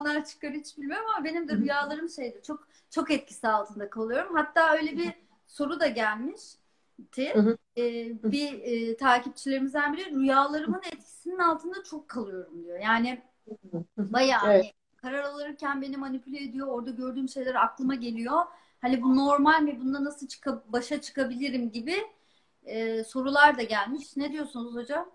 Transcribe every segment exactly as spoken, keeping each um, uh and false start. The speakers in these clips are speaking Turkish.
insanlar çıkar hiç bilmiyorum ama benim de rüyalarım şeydir. Çok çok etkisi altında kalıyorum. Hatta öyle bir soru da gelmişti. Hı hı. Ee, bir e, takipçilerimizden biri rüyalarımın etkisinin altında çok kalıyorum diyor. Yani Hı hı. bayağı Evet. hani karar alırken beni manipüle ediyor. Orada gördüğüm şeyler aklıma geliyor. Hani bu normal mi? Bunda nasıl çıka, başa çıkabilirim gibi e, sorular da gelmiş. Ne diyorsunuz hocam?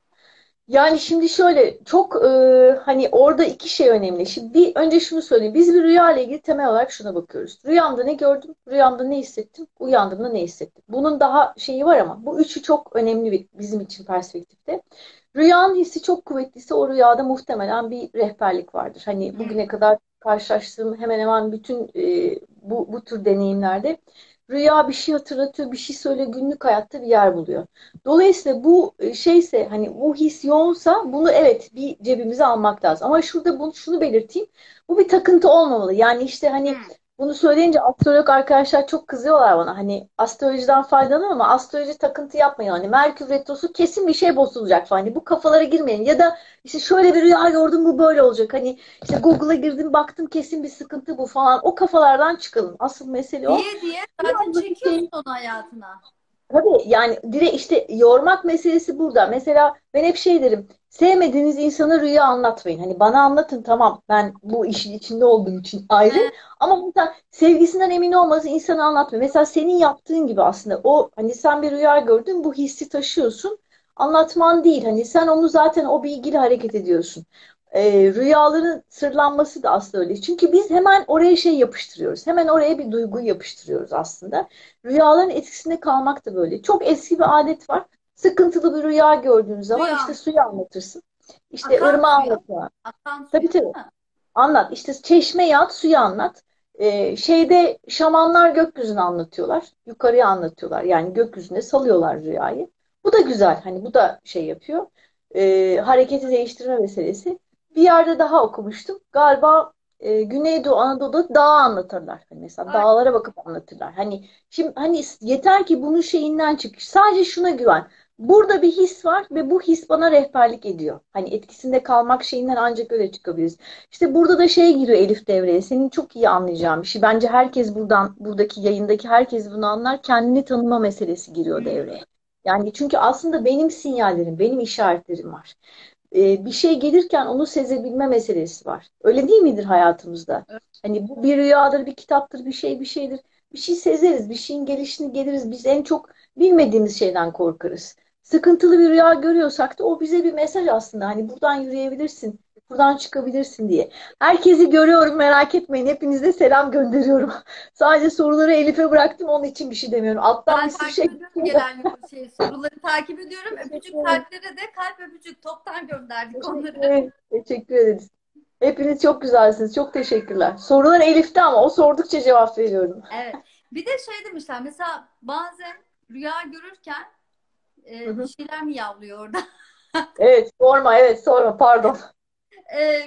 Yani şimdi şöyle çok e, hani orada iki şey önemli. Şimdi bir önce şunu söyleyeyim. Biz bir rüya ile ilgili temel olarak şuna bakıyoruz. Rüyamda ne gördüm? Rüyamda ne hissettim? Uyandığımda ne hissettim? Bunun daha şeyi var ama bu üçü çok önemli bir, bizim için perspektifte. Rüyanın hissi çok kuvvetliyse o rüyada muhtemelen bir rehberlik vardır. Hani bugüne kadar karşılaştığım hemen hemen bütün e, bu, bu tür deneyimlerde rüya bir şey hatırlatıyor, bir şey söyle günlük hayatta bir yer buluyor. Dolayısıyla bu e, şeyse hani bu his yoğunsa bunu evet bir cebimize almak lazım. Ama şurada bunu şunu belirteyim. Bu bir takıntı olmamalı. Yani işte hani Hmm. bunu söyleyince astrolog arkadaşlar çok kızıyorlar bana. Hani astrolojiden faydalanın ama astroloji takıntı yapmayın. Hani Merkür Retrosu kesin bir şey bozulacak falan. Hani bu kafalara girmeyin. Ya da işte şöyle bir rüya gördüm bu böyle olacak. Hani işte Google'a girdim baktım kesin bir sıkıntı bu falan. O kafalardan çıkalım. Asıl mesele o. Diye diye zaten Biraz böyle çekiyorsun şey, onu hayatına. tabii yani dire işte yormak meselesi burada. Mesela ben hep şey derim. Sevmediğiniz insana rüya anlatmayın. Hani bana anlatın tamam ben bu işin içinde olduğum için ayrı. He, Ama mesela sevgisinden emin olması insana anlatmayın. Mesela senin yaptığın gibi aslında o hani sen bir rüya gördün bu hissi taşıyorsun. Anlatman değil. Hani sen onu zaten o bilgiyle hareket ediyorsun. Ee, rüyaların sırlanması da aslında öyle. Çünkü biz hemen oraya şey yapıştırıyoruz. Hemen oraya bir duygu yapıştırıyoruz aslında. Rüyaların etkisinde kalmak da böyle. Çok eski bir adet var. Sıkıntılı bir rüya gördüğün zaman işte suya, suyu anlatırsın. İşte akan ırmağı suya, anlatma. akan Tabii suya değil tabii. mi? Anlat. İşte çeşmeye at, suyu anlat. Ee, şeyde şamanlar gökyüzünü anlatıyorlar. Yukarıya anlatıyorlar. Yani gökyüzüne salıyorlar rüyayı. Bu da güzel. Hani bu da şey yapıyor. Ee, hareketi değiştirme meselesi. Bir yerde daha okumuştum. Galiba e, Güneydoğu Anadolu'da dağı anlatırlar. Hani mesela Ay, dağlara bakıp anlatırlar. Hani şimdi hani yeter ki bunun şeyinden çık. Sadece şuna güven. Burada bir his var ve bu his bana rehberlik ediyor. Hani etkisinde kalmak şeyinden ancak öyle çıkabiliriz. İşte burada da şey giriyor Elif devreye. Senin çok iyi anlayacağın bir şey. Bence herkes buradan, buradaki yayındaki herkes bunu anlar. Kendini tanıma meselesi giriyor devreye. Yani çünkü aslında benim sinyallerim, benim işaretlerim var. Ee, bir şey gelirken onu sezebilme meselesi var. Öyle değil midir hayatımızda? Hani bu bir rüyadır, bir kitaptır, bir şey, bir şeydir. Bir şey sezeriz, bir şeyin gelişini geliriz. Biz en çok bilmediğimiz şeyden korkarız. Sıkıntılı bir rüya görüyorsak da o bize bir mesaj aslında. Hani buradan yürüyebilirsin, buradan çıkabilirsin diye. Herkesi görüyorum merak etmeyin. Hepinize selam gönderiyorum. Sadece soruları Elif'e bıraktım onun için bir şey demiyorum. Alttan bir ben sürü takip şey ediyorum geçiyor da. gelen yorum- şey, soruları takip ediyorum. Teşekkür Öpücük ederim. kalplere de kalp öpücük toptan gönderdik Teşekkür onları. ederim. Teşekkür ederiz. Hepiniz çok güzelsiniz. Çok teşekkürler. Sorular Elif'te ama o sordukça cevap veriyorum. Evet. Bir de şey demişler mesela bazen rüya görürken Hı e, bir hı. şeyler mi yavlıyor orada? Evet, sorma, evet, sorma, pardon. E,